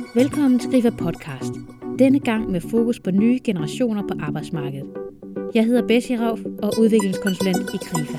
Velkommen til Grifa Podcast. Denne gang med fokus på nye generationer på arbejdsmarkedet. Jeg hedder Bessie Rauf og er udviklingskonsulent i Grifa.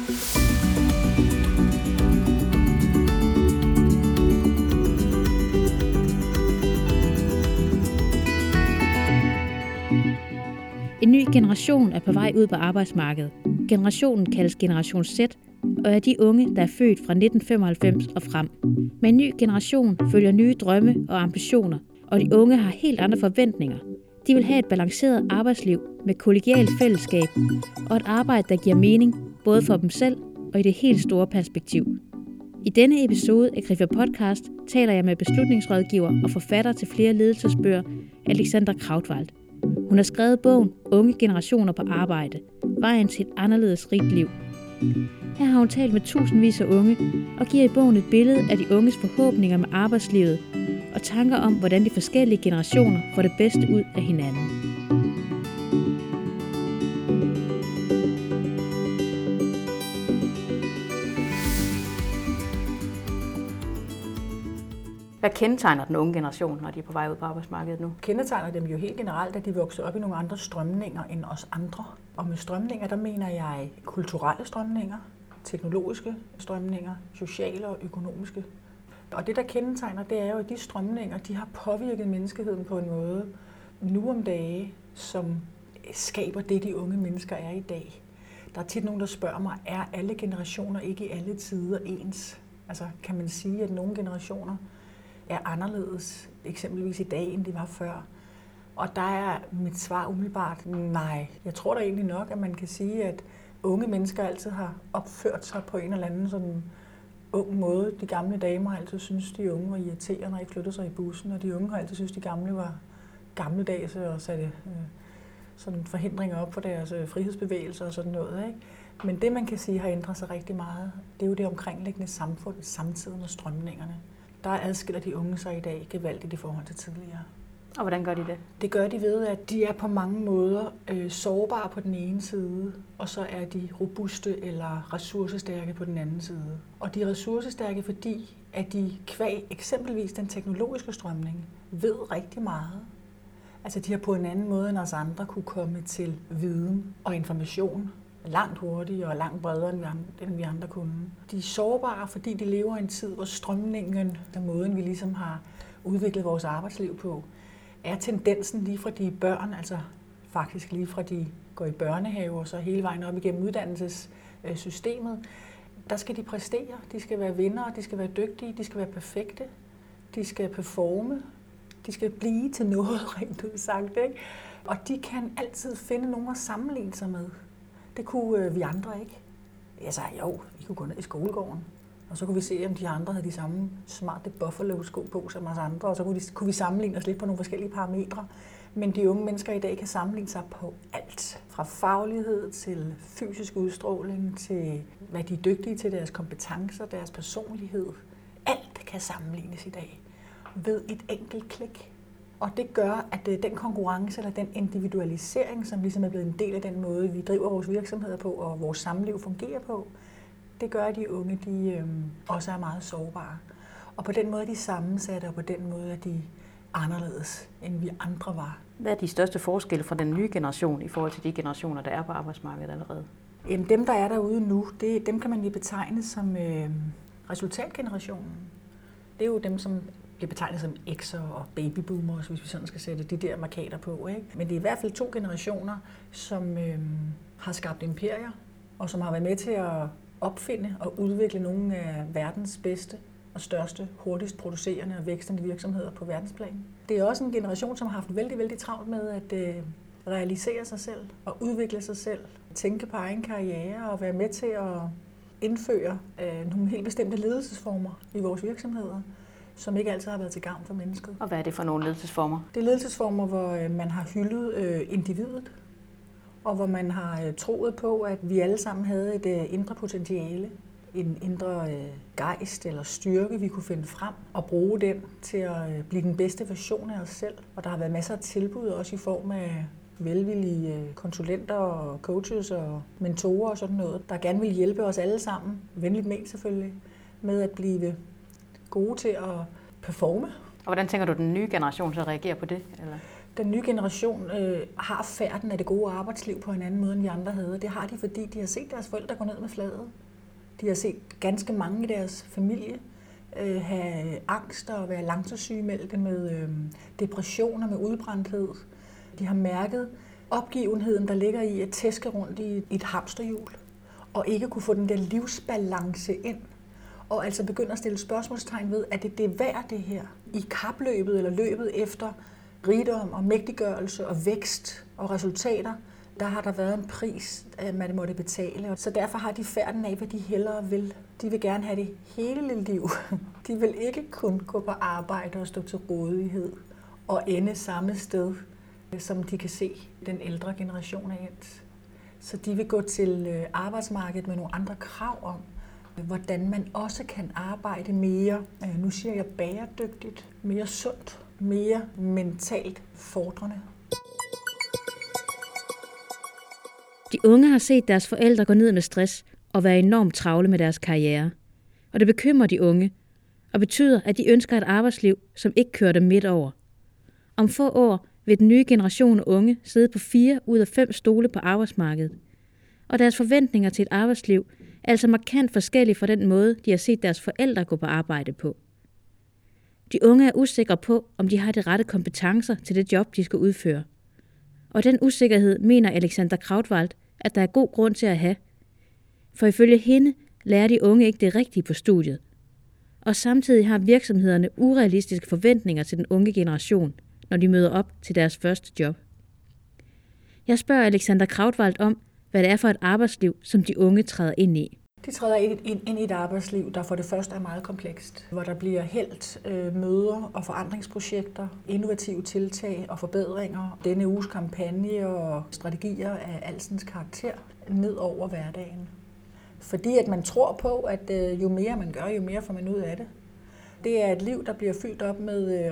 En ny generation er på vej ud på arbejdsmarkedet. Generationen kaldes Generation Z, og er de unge, der er født fra 1995 og frem. Med en ny generation følger nye drømme og ambitioner, og de unge har helt andre forventninger. De vil have et balanceret arbejdsliv med kollegialt fællesskab og et arbejde, der giver mening, både for dem selv og i det helt store perspektiv. I denne episode af Grifa Podcast taler jeg med beslutningsrådgiver og forfatter til flere ledelsesbøger, Alexandra Krautwald. Hun har skrevet bogen Unge generationer på arbejde. Vejen til et anderledes rigt liv. Her har hun talt med tusindvis af unge og giver i bogen et billede af de unges forhåbninger med arbejdslivet og tanker om, hvordan de forskellige generationer får det bedste ud af hinanden. Hvad kendetegner den unge generation, når de er på vej ud på arbejdsmarkedet nu? Kendetegner dem jo helt generelt, at de vokser op i nogle andre strømninger end os andre. Og med strømninger, der mener jeg kulturelle strømninger, teknologiske strømninger, sociale og økonomiske. Og det, der kendetegner, det er jo, at de strømninger, de har påvirket menneskeheden på en måde nu om dage, som skaber det, de unge mennesker er i dag. Der er tit nogen, der spørger mig, er alle generationer ikke i alle tider ens? Altså, kan man sige, at nogle generationer er anderledes, eksempelvis i dag, end de var før? Og der er mit svar umiddelbart nej. Jeg tror da egentlig nok, at man kan sige, at unge mennesker altid har opført sig på en eller anden sådan ung måde. De gamle damer har altid synes, de unge var irriterende, når de flyttede sig i bussen, og de unge har altid synes, de gamle var gammeldags og satte sådan forhindringer op for deres frihedsbevægelser og sådan noget, ikke? Men det, man kan sige, har ændret sig rigtig meget, det er jo det omkringliggende samfund, samtiden og strømningerne. Der adskiller de unge sig i dag gevaldigt i forhold til tidligere. Og hvordan gør de det? Det gør de ved, at de er på mange måder sårbare på den ene side, og så er de robuste eller ressourcestærke på den anden side. Og de er ressourcestærke, fordi at de kvæg eksempelvis den teknologiske strømning ved rigtig meget. Altså de har på en anden måde end os andre kunne komme til viden og information langt hurtigere og langt bredere, end vi andre kunne. De er sårbare, fordi de lever i en tid, hvor strømningen, den måden vi ligesom har udviklet vores arbejdsliv på, er tendensen lige fra de børn, altså faktisk lige fra de går i børnehave og så hele vejen op igennem uddannelsessystemet. Der skal de præstere, de skal være vindere, de skal være dygtige, de skal være perfekte, de skal performe, de skal blive til noget, rent ud sagt, ikke? Og de kan altid finde nogen at sammenligne sig med. Det kunne vi andre ikke. Jeg sagde, jo, vi kunne gå ned i skolegården, og så kunne vi se, om de andre havde de samme smarte Buffalo-sko på som os andre, og så kunne vi sammenligne os lidt på nogle forskellige parametre. Men de unge mennesker i dag kan sammenligne sig på alt. Fra faglighed til fysisk udstråling, til hvad de er dygtige til, deres kompetencer, deres personlighed. Alt kan sammenlignes i dag ved et enkelt klik. Og det gør, at den konkurrence eller den individualisering, som ligesom er blevet en del af den måde, vi driver vores virksomheder på og vores samliv fungerer på, det gør, at de unge de, også er meget sårbare. Og på den måde er de sammensatte, og på den måde er de anderledes, end vi andre var. Hvad er de største forskelle fra den nye generation i forhold til de generationer, der er på arbejdsmarkedet allerede? Jamen, dem, der er derude nu, dem kan man lige betegne som resultatgenerationen. Det er jo dem, som bliver betegnet som X'er og babyboomers, hvis vi sådan skal sætte de der markader på, ikke? Men det er i hvert fald 2 generationer, som har skabt imperier, og som har været med til at opfinde og udvikle nogle af verdens bedste og største, hurtigst producerende og vækstende virksomheder på verdensplan. Det er også en generation, som har haft vældig, vældig travlt med at realisere sig selv og udvikle sig selv, tænke på egen karriere og være med til at indføre nogle helt bestemte ledelsesformer i vores virksomheder, som ikke altid har været til gavn for mennesket. Og hvad er det for nogle ledelsesformer? Det er ledelsesformer, hvor man har hyldet individet, og hvor man har troet på, at vi alle sammen havde et indre potentiale, en indre gejst eller styrke, vi kunne finde frem og bruge den til at blive den bedste version af os selv. Og der har været masser af tilbud, også i form af velvillige konsulenter og coaches og mentorer og sådan noget, der gerne vil hjælpe os alle sammen, venligt ment selvfølgelig, med at blive gode til at performe. hvordan tænker du, den nye generation så reagerer på det? Eller? Den nye generation har færden af det gode arbejdsliv på en anden måde, end vi andre havde. Det har de, fordi de har set deres forældre gå ned med fladet. De har set ganske mange i deres familie have angst og være langtidssygemeldte med depressioner, med udbrændthed. De har mærket opgivenheden, der ligger i at tæske rundt i et hamsterhjul, og ikke kunne få den der livsbalance ind. Og altså begynde at stille spørgsmålstegn ved, at det er værd det her. I kapløbet eller løbet efter rigdom og mægtiggørelse og vækst og resultater, der har der været en pris, man måtte betale. Så derfor har de færden af, hvad de hellere vil. De vil gerne have det hele liv. De vil ikke kun gå på arbejde og stå til rådighed og ende samme sted, som de kan se den ældre generation er endt. Så de vil gå til arbejdsmarkedet med nogle andre krav om, hvordan man også kan arbejde mere, nu siger jeg bæredygtigt, mere sundt, mere mentalt fordrende. De unge har set deres forældre gå ned med stress og være enormt travle med deres karriere. Og det bekymrer de unge, og betyder, at de ønsker et arbejdsliv, som ikke kører dem midt over. Om få år vil den nye generation af unge sidde på 4 ud af 5 stole på arbejdsmarkedet. Og deres forventninger til et arbejdsliv er altså markant forskellige fra den måde, de har set deres forældre gå på arbejde på. De unge er usikre på, om de har de rette kompetencer til det job, de skal udføre. Og den usikkerhed mener Alexandra Krautwald, at der er god grund til at have. For ifølge hende lærer de unge ikke det rigtige på studiet. Og samtidig har virksomhederne urealistiske forventninger til den unge generation, når de møder op til deres første job. Jeg spørger Alexandra Krautwald om, hvad det er for et arbejdsliv, som de unge træder ind i. De træder ind i et arbejdsliv, der for det første er meget komplekst, hvor der bliver hældt møder og forandringsprojekter, innovative tiltag og forbedringer, denne uges kampagne og strategier af alskens karakter ned over hverdagen. Fordi at man tror på, at jo mere man gør, jo mere får man ud af det. Det er et liv, der bliver fyldt op med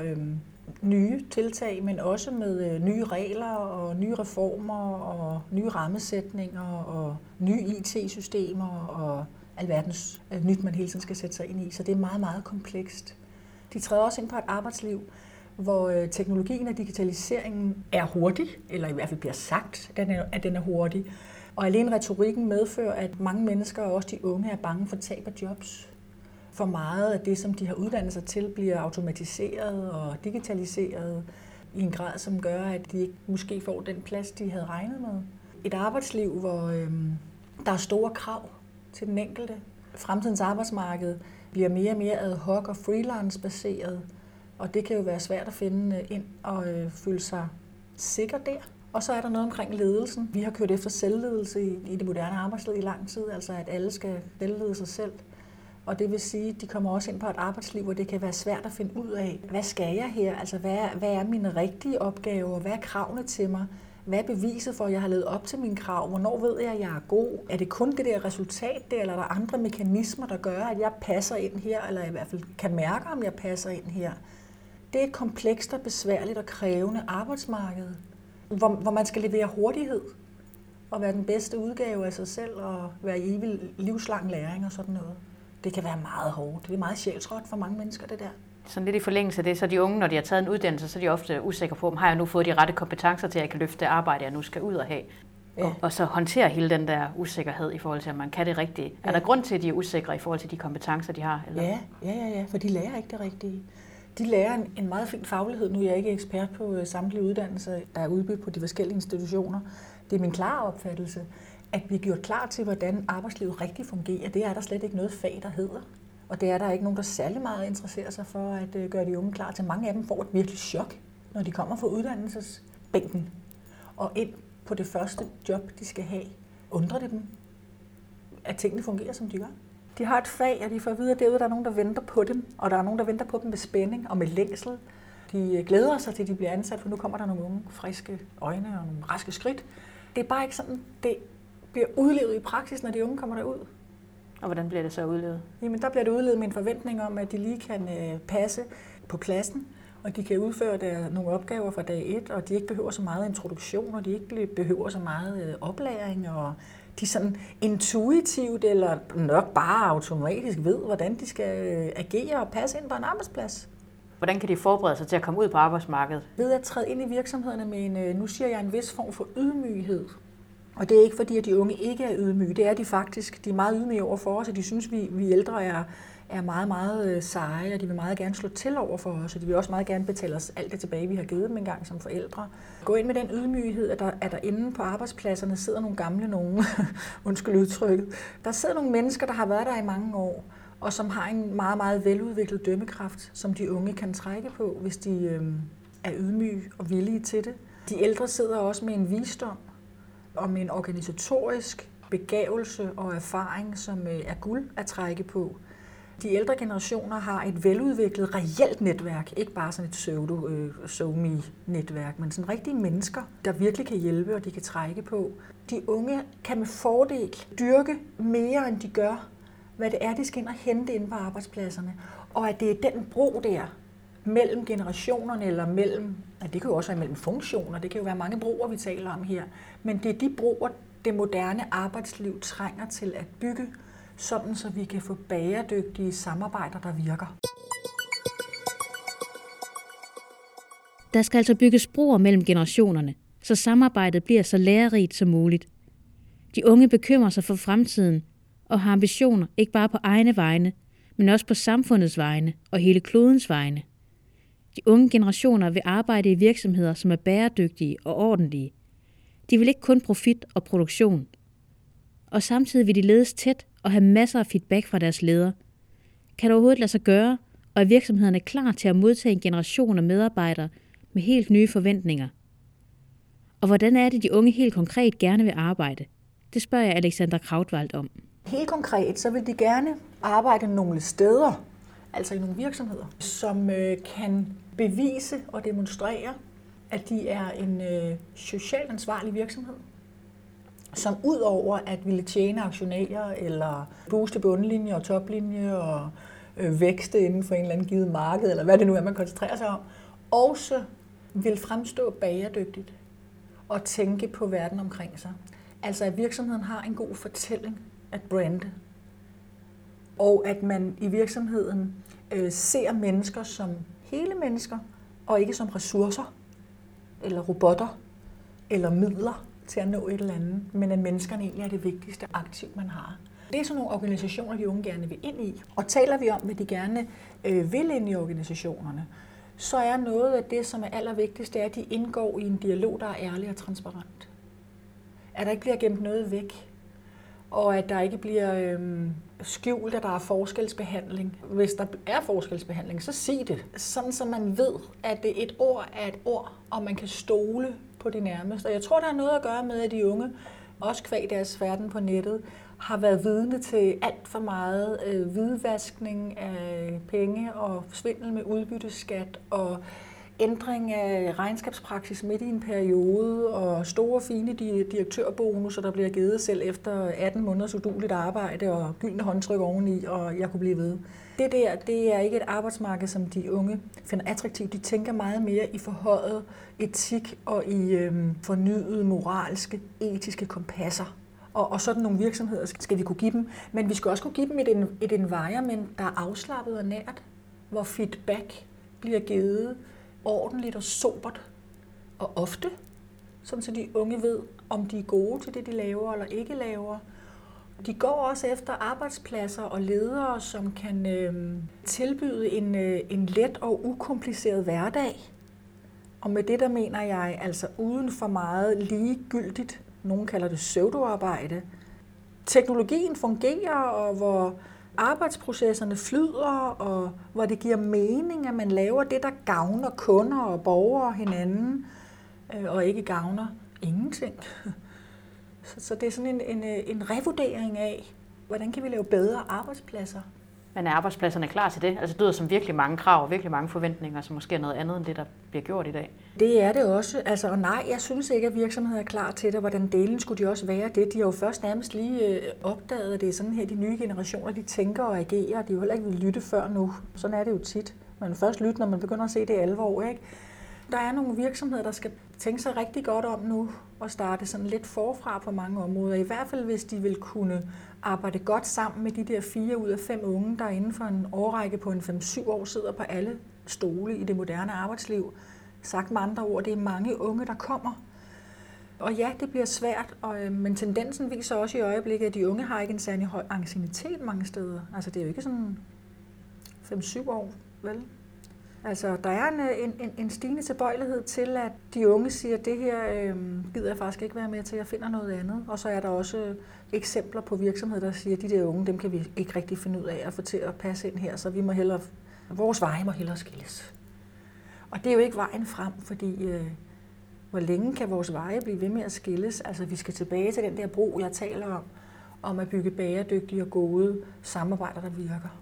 nye tiltag, men også med nye regler og nye reformer og nye rammesætninger og nye IT-systemer og alverdens nyt, man hele tiden skal sætte sig ind i. Så det er meget, meget komplekst. De træder også ind på et arbejdsliv, hvor teknologien og digitaliseringen er hurtig, eller i hvert fald bliver sagt, at den er hurtig. Og alene retorikken medfører, at mange mennesker, og også de unge, er bange for tab af jobs. For meget af det, som de har uddannet sig til, bliver automatiseret og digitaliseret i en grad, som gør, at de ikke måske får den plads, de havde regnet med. Et arbejdsliv, hvor der er store krav til den enkelte. Fremtidens arbejdsmarked bliver mere og mere ad hoc og freelance-baseret, og det kan jo være svært at finde ind og føle sig sikker der. Og så er der noget omkring ledelsen. Vi har kørt efter selvledelse i det moderne arbejdsliv i lang tid, altså at alle skal selvlede sig selv. Og det vil sige, at de kommer også ind på et arbejdsliv, hvor det kan være svært at finde ud af, hvad skal jeg her? Altså, hvad er mine rigtige opgaver? Hvad er kravene til mig? Hvad er beviset for, at jeg har levet op til mine krav? Hvornår ved jeg, at jeg er god? Er det kun det der resultat der, eller er der andre mekanismer, der gør, at jeg passer ind her, eller i hvert fald kan mærke, om jeg passer ind her? Det er et komplekst og besværligt og krævende arbejdsmarked, hvor man skal levere hurtighed og være den bedste udgave af sig selv og være i evig livslang læring og sådan noget. Det kan være meget hårdt. Det er meget sjælsråt for mange mennesker, det der. Sådan lidt i forlængelse af det, så de unge, når de har taget en uddannelse, så er de ofte usikre på, om har jeg nu fået de rette kompetencer til, at jeg kan løfte det arbejde, jeg nu skal ud og have. Ja. Og så håndtere hele den der usikkerhed i forhold til, at man kan det rigtige. Ja. Er der grund til, at de er usikre i forhold til de kompetencer, de har? Eller? Ja, for de lærer ikke det rigtige. De lærer en meget fin faglighed. Nu er jeg ikke ekspert på samtlige uddannelser, der er udbudt på de forskellige institutioner. Det er min klare opfattelse, at vi er gjort klar til, hvordan arbejdslivet rigtig fungerer. Det er der slet ikke noget fag, der hedder. Og det er der ikke nogen, der særlig meget interesserer sig for at gøre de unge klar til. Mange af dem får et virkelig chok, når de kommer fra uddannelsesbænken og ind på det første job, de skal have. Undrer det dem, at tingene fungerer, som de gør? De har et fag, og de får at vide, at derude der er nogen, der venter på dem, og der er nogen, der venter på dem med spænding og med længsel. De glæder sig til, at de bliver ansat, for nu kommer der nogle unge, friske øjne og nogle raske skridt. Det er bare ikke sådan, det bliver udlevet i praksis, når de unge kommer derud. Og hvordan bliver det så udlevet? Jamen, der bliver det udlevet med en forventning om, at de lige kan passe på pladsen, og de kan udføre nogle opgaver fra dag 1, og de ikke behøver så meget introduktion, og de ikke behøver så meget oplæring, og de sådan intuitivt eller nok bare automatisk ved, hvordan de skal agere og passe ind på en arbejdsplads. Hvordan kan de forberede sig til at komme ud på arbejdsmarkedet? Ved at træde ind i virksomhederne med nu siger jeg, en vis form for ydmyghed. Og det er ikke fordi, at de unge ikke er ydmyge. Det er de faktisk. De er meget ydmyge over for os, og de synes, vi ældre er meget, meget seje, og de vil meget gerne slå til over for os, og de vil også meget gerne betale os alt det tilbage, vi har givet dem engang som forældre. Gå ind med den ydmyghed, at der inde på arbejdspladserne sidder nogle gamle nogen, undskyld udtrykket. Der sidder nogle mennesker, der har været der i mange år, og som har en meget, meget veludviklet dømmekraft, som de unge kan trække på, hvis de er ydmyge og villige til det. De ældre sidder også med en visdom og med en organisatorisk begavelse og erfaring, som er guld at trække på. De ældre generationer har et veludviklet, reelt netværk, ikke bare sådan et pseudo-me-netværk, men sådan rigtige mennesker, der virkelig kan hjælpe og de kan trække på. De unge kan med fordel dyrke mere, end de gør, hvad det er, de skal ind og hente inde på arbejdspladserne. Og at det er den bro der, mellem generationerne, eller mellem, det kan jo også være mellem funktioner, det kan jo være mange broer, vi taler om her, men det er de broer, det moderne arbejdsliv trænger til at bygge, sådan så vi kan få bæredygtige samarbejder, der virker. Der skal altså bygges broer mellem generationerne, så samarbejdet bliver så lærerigt som muligt. De unge bekymrer sig for fremtiden og har ambitioner ikke bare på egne vegne, men også på samfundets vegne og hele klodens vegne. De unge generationer vil arbejde i virksomheder, som er bæredygtige og ordentlige. De vil ikke kun profit og produktion. Og samtidig vil de ledes tæt og have masser af feedback fra deres ledere. Kan det overhovedet lade sig gøre, og er virksomhederne klar til at modtage en generation af medarbejdere med helt nye forventninger? Og hvordan er det, de unge helt konkret gerne vil arbejde? Det spørger jeg Alexandra Krautwald om. Helt konkret, så vil de gerne arbejde nogle steder, altså i nogle virksomheder, som kan bevise og demonstrere, at de er en socialt ansvarlig virksomhed, som ud over at ville tjene aktionærer eller booste bundlinje og toplinje og vækste inden for en eller anden givet marked, eller hvad det nu er, man koncentrerer sig om, også vil fremstå bæredygtigt og tænke på verden omkring sig. Altså at virksomheden har en god fortælling at brande, og at man i virksomheden ser mennesker som hele mennesker, og ikke som ressourcer, eller robotter, eller midler til at nå et eller andet, men at menneskerne egentlig er det vigtigste aktiv, man har. Det er sådan nogle organisationer, de unge gerne vil ind i. Og taler vi om, hvad de gerne vil ind i organisationerne, så er noget af det, som er allervigtigst, at de indgår i en dialog, der er ærlig og transparent. At der ikke bliver gemt noget væk, og at der ikke bliver skjult, at der er forskelsbehandling. Hvis der er forskelsbehandling, så sig det. Sådan, så man ved, at det et ord er et ord, og man kan stole på det nærmeste. Og jeg tror, der er noget at gøre med, at de unge, også kvad deres færden på nettet, har været vidne til alt for meget hvidvaskning af penge og svindel med udbytteskat og ændring af regnskabspraksis midt i en periode og store, fine direktørbonusser, der bliver givet selv efter 18 måneders udueligt arbejde og gyldne håndtryk oveni, og jeg kunne blive ved. Det er ikke et arbejdsmarked, som de unge finder attraktivt. De tænker meget mere i forhøjet etik og i fornyede moralske, etiske kompasser. Og sådan nogle virksomheder skal vi kunne give dem, men vi skal også kunne give dem et environment, der er afslappet og nært, hvor feedback bliver givet ordentligt og sobert og ofte, sådan så de unge ved, om de er gode til det, de laver eller ikke laver. De går også efter arbejdspladser og ledere, som kan tilbyde en let og ukompliceret hverdag. Og med det, der mener jeg altså uden for meget ligegyldigt, nogen kalder det pseudoarbejde. Teknologien fungerer, og hvor arbejdsprocesserne flyder, og hvor det giver mening, at man laver det, der gavner kunder og borgere og hinanden, og ikke gavner ingenting. Så det er sådan en revurdering af, hvordan kan vi lave bedre arbejdspladser. Men er arbejdspladserne klar til det? Altså det lyder som virkelig mange krav og virkelig mange forventninger, som måske er noget andet end det, der bliver gjort i dag. Det er det også. Altså, og nej, jeg synes ikke, at virksomheder er klar til det. Hvordan delen skulle de også være det? De har jo først nærmest lige opdaget, at det er sådan her, de nye generationer, de tænker og agerer. De har jo heller ikke vil lytte før nu. Sådan er det jo tit. Man vil først lytte, når man begynder at se det alvor, ikke? Der er nogle virksomheder, der skal tænke sig rigtig godt om nu og starte sådan lidt forfra på mange områder. I hvert fald, hvis de vil kunne arbejde godt sammen med de der 4 ud af 5 unge, der inden for en årrække på en 5-7 år sidder på alle stole i det moderne arbejdsliv. Sagt med andre ord, det er mange unge, der kommer. Og ja, det bliver svært, men tendensen viser også i øjeblikket, at de unge har ikke en særlig høj anciennitet mange steder. Altså det er jo ikke sådan 5-7 år, vel? Altså der er en stigende tilbøjelighed til, at de unge siger, at det her gider jeg faktisk ikke være med til, jeg finder noget andet. Og så er der også eksempler på virksomheder, der siger, at de der unge, dem kan vi ikke rigtig finde ud af at få til at passe ind her, så vi må hellere, vores veje må hellere skilles. Og det er jo ikke vejen frem, fordi hvor længe kan vores veje blive ved med at skilles? Altså vi skal tilbage til den der bro, jeg taler om at bygge bæredygtige og gode samarbejder, der virker.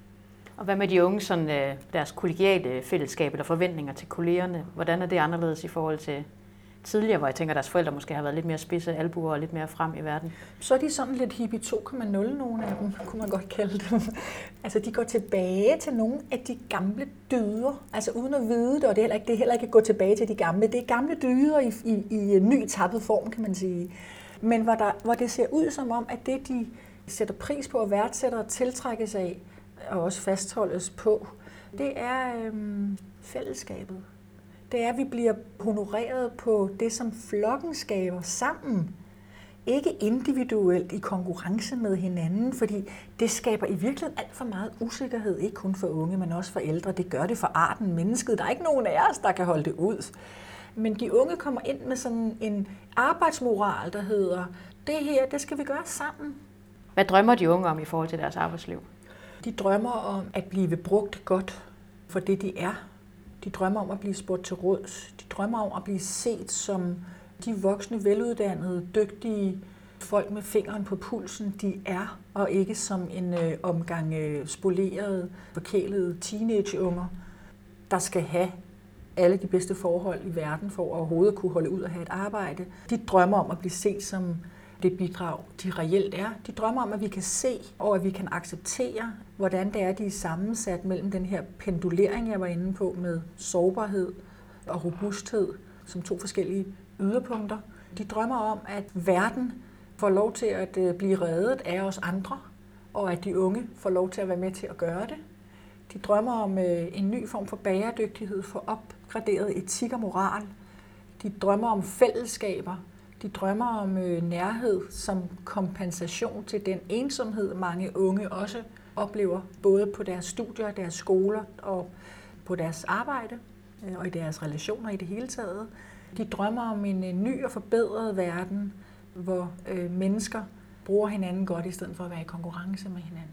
Og hvad med de unge, sådan, deres kollegiale fællesskab eller forventninger til kollegerne? Hvordan er det anderledes i forhold til tidligere, hvor jeg tænker, at deres forældre måske har været lidt mere spidse albuer og lidt mere frem i verden? Så er de sådan lidt hippie 2,0, nogle af dem, kunne man godt kalde dem. Altså de går tilbage til nogle af de gamle dyder, altså uden at vide det, og det er heller ikke at gå tilbage til de gamle. Det er gamle dyder i ny tappet form, kan man sige. Men hvor det ser ud som om, at det de sætter pris på og værdsætter og tiltrækkes af, og også fastholdes på, det er fællesskabet. Det er, at vi bliver honoreret på det, som flokken skaber sammen. Ikke individuelt i konkurrence med hinanden, fordi det skaber i virkeligheden alt for meget usikkerhed, ikke kun for unge, men også for ældre. Det gør det for arten, mennesket. Der er ikke nogen af os, der kan holde det ud. Men de unge kommer ind med sådan en arbejdsmoral, der hedder, det her, det skal vi gøre sammen. Hvad drømmer de unge om i forhold til deres arbejdsliv? De drømmer om at blive brugt godt for det, de er. De drømmer om at blive spurgt til råds. De drømmer om at blive set som de voksne, veluddannede, dygtige folk med fingeren på pulsen, de er, og ikke som en omgang spolerede, forkælede teenageunger, der skal have alle de bedste forhold i verden for overhovedet at kunne holde ud og have et arbejde. De drømmer om at blive set som det bidrag, de reelt er. De drømmer om, at vi kan se, og at vi kan acceptere, hvordan det er, de er sammensat mellem den her pendulering, jeg var inde på, med sårbarhed og robusthed, som to forskellige yderpunkter. De drømmer om, at verden får lov til at blive reddet af os andre, og at de unge får lov til at være med til at gøre det. De drømmer om en ny form for bæredygtighed, for opgraderet etik og moral. De drømmer om fællesskaber. De drømmer om nærhed som kompensation til den ensomhed, mange unge også oplever, både på deres studier, deres skoler og på deres arbejde og i deres relationer i det hele taget. De drømmer om en ny og forbedret verden, hvor mennesker bruger hinanden godt i stedet for at være i konkurrence med hinanden.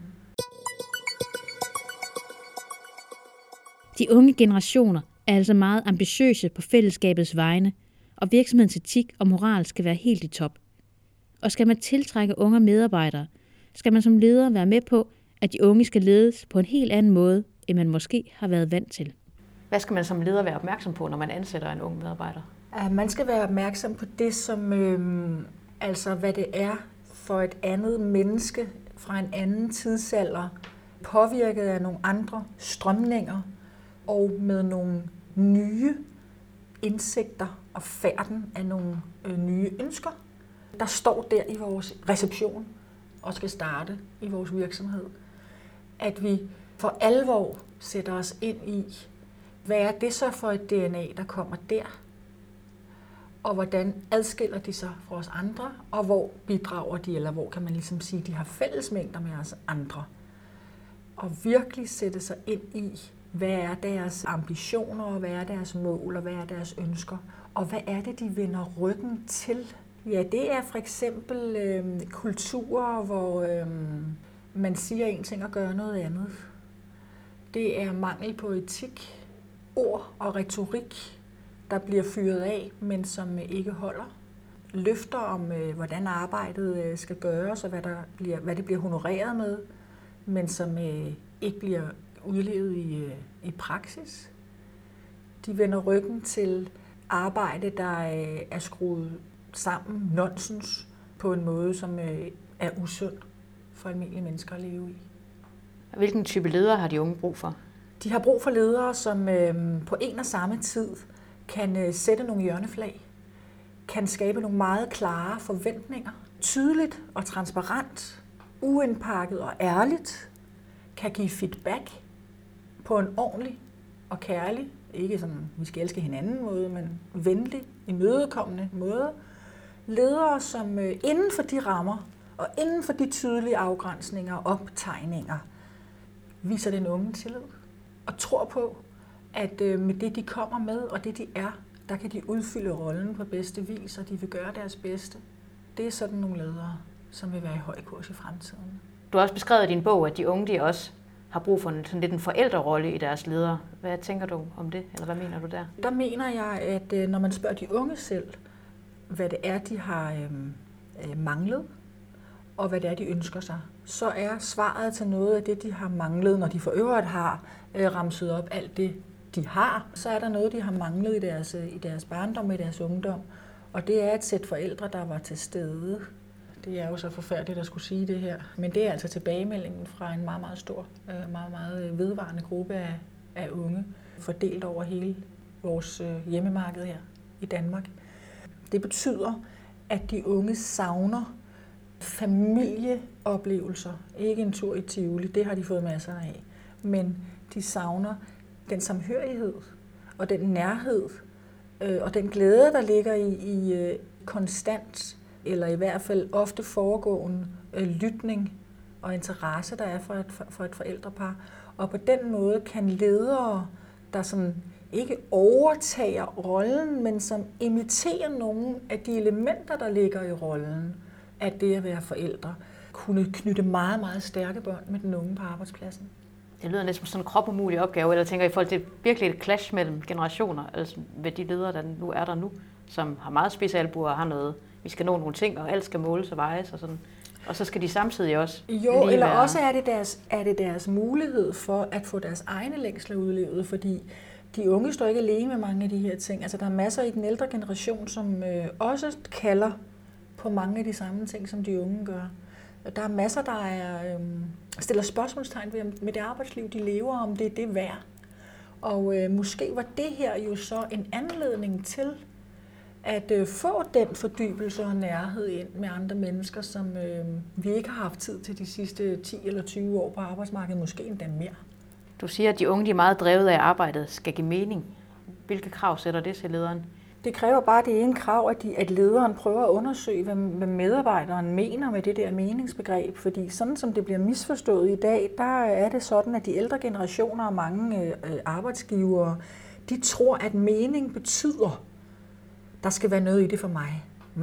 De unge generationer er altså meget ambitiøse på fællesskabets vegne, og virksomhedens etik og moral skal være helt i top. Og skal man tiltrække unge medarbejdere, skal man som leder være med på, at de unge skal ledes på en helt anden måde, end man måske har været vant til. Hvad skal man som leder være opmærksom på, når man ansætter en ung medarbejder? Man skal være opmærksom på det, som altså hvad det er for et andet menneske fra en anden tidsalder, påvirket af nogle andre strømninger og med nogle nye indsigter og færden af nogle nye ønsker, der står der i vores reception og skal starte i vores virksomhed. At vi for alvor sætter os ind i, hvad er det så for et DNA, der kommer der? Og hvordan adskiller de sig fra os andre? Og hvor bidrager de, eller hvor kan man ligesom sige, de har fællesmængder med os andre? Og virkelig sætte sig ind i, hvad er deres ambitioner, og hvad er deres mål, og hvad er deres ønsker? Og hvad er det, de vender ryggen til? Ja, det er for eksempel kulturer, hvor man siger en ting og gør noget andet. Det er mangel på etik, ord og retorik, der bliver fyret af, men som ikke holder. Løfter om, hvordan arbejdet skal gøres, og hvad det bliver honoreret med, men som ikke bliver udlevet i praksis. De vender ryggen til arbejde, der er skruet sammen nonsens på en måde, som er usund for almindelige mennesker at leve i. Hvilken type ledere har de unge brug for? De har brug for ledere, som på en og samme tid kan sætte nogle hjørneflag, kan skabe nogle meget klare forventninger, tydeligt og transparent, uindpakket og ærligt, kan give feedback på en ordentlig og kærlig, ikke sådan, vi skal elske hinanden måde, men venlig, imødekommende måde. Ledere, som inden for de rammer og inden for de tydelige afgrænsninger og optegninger, viser den unge tillid og tror på, at med det, de kommer med og det, de er, der kan de udfylde rollen på bedste vis, og de vil gøre deres bedste. Det er sådan nogle ledere, som vil være i høj kurs i fremtiden. Du har også beskrevet i din bog, at de unge de også har brug for sådan lidt en forældrerolle i deres ledere. Hvad tænker du om det, eller hvad mener du der? Der mener jeg, at når man spørger de unge selv, hvad det er, de har manglet, og hvad det er, de ønsker sig, så er svaret til noget af det, de har manglet, når de for øvrigt har ramset op alt det, de har, så er der noget, de har manglet i deres barndom, i deres ungdom, og det er et sæt forældre, der var til stede. Det er jo så forfærdeligt at skulle sige det her, men det er altså tilbagemeldingen fra en meget, meget stor, meget, meget vedvarende gruppe af unge, fordelt over hele vores hjemmemarked her i Danmark. Det betyder, at de unge savner familieoplevelser. Ikke en tur i Tivoli, det har de fået masser af, men de savner den samhørighed og den nærhed og den glæde, der ligger i konstant, eller i hvert fald ofte foregående lytning og interesse, der er for et forældrepar. Og på den måde kan ledere, der sådan ikke overtager rollen, men som imiterer nogle af de elementer, der ligger i rollen, at det at være forældre, kunne knytte meget, meget stærke bånd med den unge på arbejdspladsen. Det lyder næsten som sådan en kropumulig opgave, eller tænker I forhold til virkelig et clash mellem generationer, altså ved de ledere, der nu er der nu, som har meget spidsalbuer og har noget, vi skal nå nogle ting, og alt skal måles og vejes og sådan. Og så skal de samtidig også... Jo, eller også er det deres mulighed for at få deres egne længsler udlevet, fordi de unge står ikke alene med mange af de her ting. Altså der er masser i den ældre generation, som også kalder på mange af de samme ting, som de unge gør. Der er masser, der stiller spørgsmålstegn med det arbejdsliv, de lever, om det er det værd. Og måske var det her jo så en anledning til at få den fordybelse og nærhed ind med andre mennesker, som vi ikke har haft tid til de sidste 10 eller 20 år på arbejdsmarkedet, måske endda mere. Du siger, at de unge de er meget drevet af, at arbejdet skal give mening. Hvilke krav sætter det til lederen? Det kræver bare det ene krav, at lederen prøver at undersøge, hvad medarbejderen mener med det der meningsbegreb. Fordi sådan som det bliver misforstået i dag, der er det sådan, at de ældre generationer og mange arbejdsgivere, de tror, at mening betyder, der skal være noget i det for mig.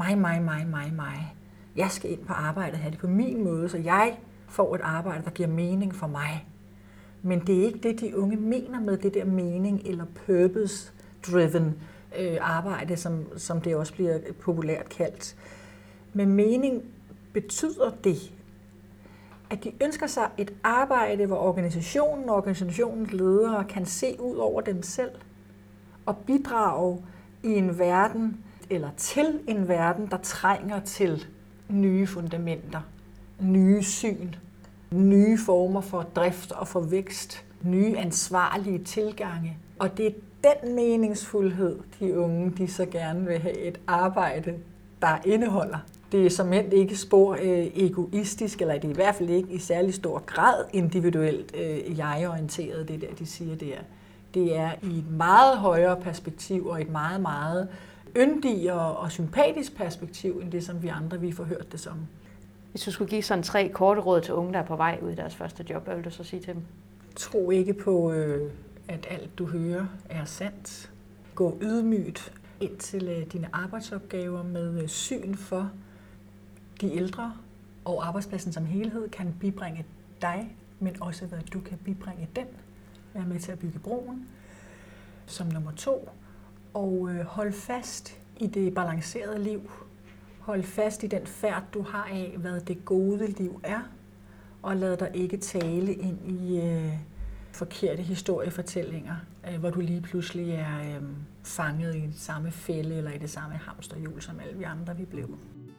Mig. Jeg skal ind på arbejdet, have det på min måde, så jeg får et arbejde, der giver mening for mig. Men det er ikke det, de unge mener med det der mening eller purpose-driven arbejde, som det også bliver populært kaldt. Med mening betyder det, at de ønsker sig et arbejde, hvor organisationen og organisationens ledere kan se ud over dem selv og bidrage i en verden, eller til en verden, der trænger til nye fundamenter, nye syn, nye former for drift og for vækst, nye ansvarlige tilgange. Og det er den meningsfuldhed, de unge de så gerne vil have et arbejde, der indeholder. Det er såmænd ikke spor egoistisk, eller det er i hvert fald ikke i særlig stor grad individuelt jeg-orienteret, det der, de siger der. Det er i et meget højere perspektiv og et meget, meget yndigere og sympatisk perspektiv, end det, som vi andre vi får hørt det som. Hvis du skulle give sådan 3 korte råd til unge, der er på vej ud i deres første job, hvad vil du så sige til dem? Tro ikke på, at alt du hører er sandt. Gå ydmygt ind til dine arbejdsopgaver med syn for de ældre, og arbejdspladsen som helhed kan bibringe dig, men også hvad du kan bibringe den. Vær med til at bygge broen. Som nummer 2. Og hold fast i det balancerede liv. Hold fast i den færd, du har af, hvad det gode liv er. Og lad dig ikke tale ind i forkerte historiefortællinger, hvor du lige pludselig er fanget i den samme fælde eller i det samme hamsterhjul, som alle vi andre vi blev.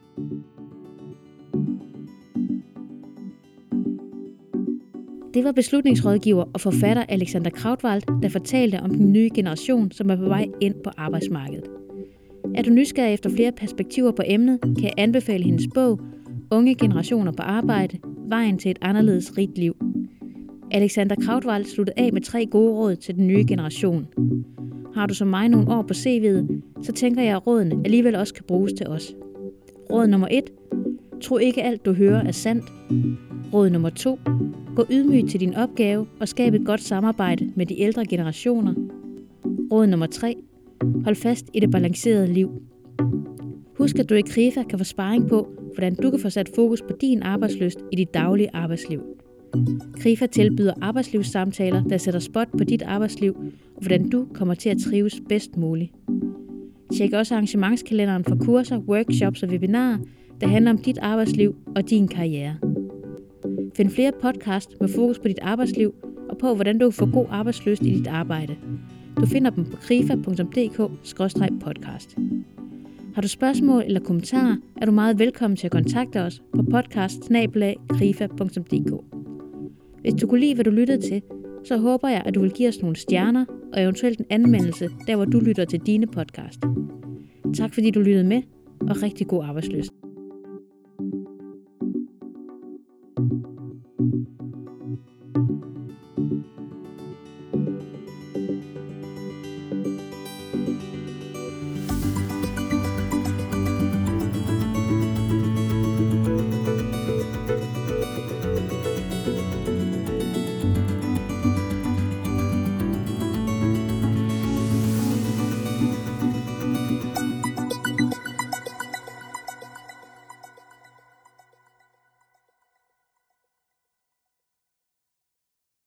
Det var beslutningsrådgiver og forfatter Alexander Krautwald, der fortalte om den nye generation, som er på vej ind på arbejdsmarkedet. Er du nysgerrig efter flere perspektiver på emnet, kan jeg anbefale hendes bog Unge generationer på arbejde, vejen til et anderledes rigt liv. Alexander Krautwald sluttede af med 3 gode råd til den nye generation. Har du som mig nogle år på CV'et, så tænker jeg, at rådene alligevel også kan bruges til os. Råd nummer 1. Tro ikke alt, du hører, er sandt. Råd nummer 2. Gå ydmygt til din opgave og skab et godt samarbejde med de ældre generationer. Råd nummer 3. Hold fast i det balancerede liv. Husk, at du i Krifa kan få sparring på, hvordan du kan få sat fokus på din arbejdslyst i dit daglige arbejdsliv. Krifa tilbyder arbejdslivssamtaler, der sætter spot på dit arbejdsliv, og hvordan du kommer til at trives bedst muligt. Tjek også arrangementskalenderen for kurser, workshops og webinarer, der handler om dit arbejdsliv og din karriere. Find flere podcasts med fokus på dit arbejdsliv og på, hvordan du kan få god arbejdslyst i dit arbejde. Du finder dem på krifa.dk/podcast. Har du spørgsmål eller kommentarer, er du meget velkommen til at kontakte os på podcast@krifa.dk. Hvis du kunne lide, hvad du lyttede til, så håber jeg, at du vil give os nogle stjerner og eventuelt en anmeldelse, der hvor du lytter til dine podcast. Tak fordi du lyttede med, og rigtig god arbejdslyst.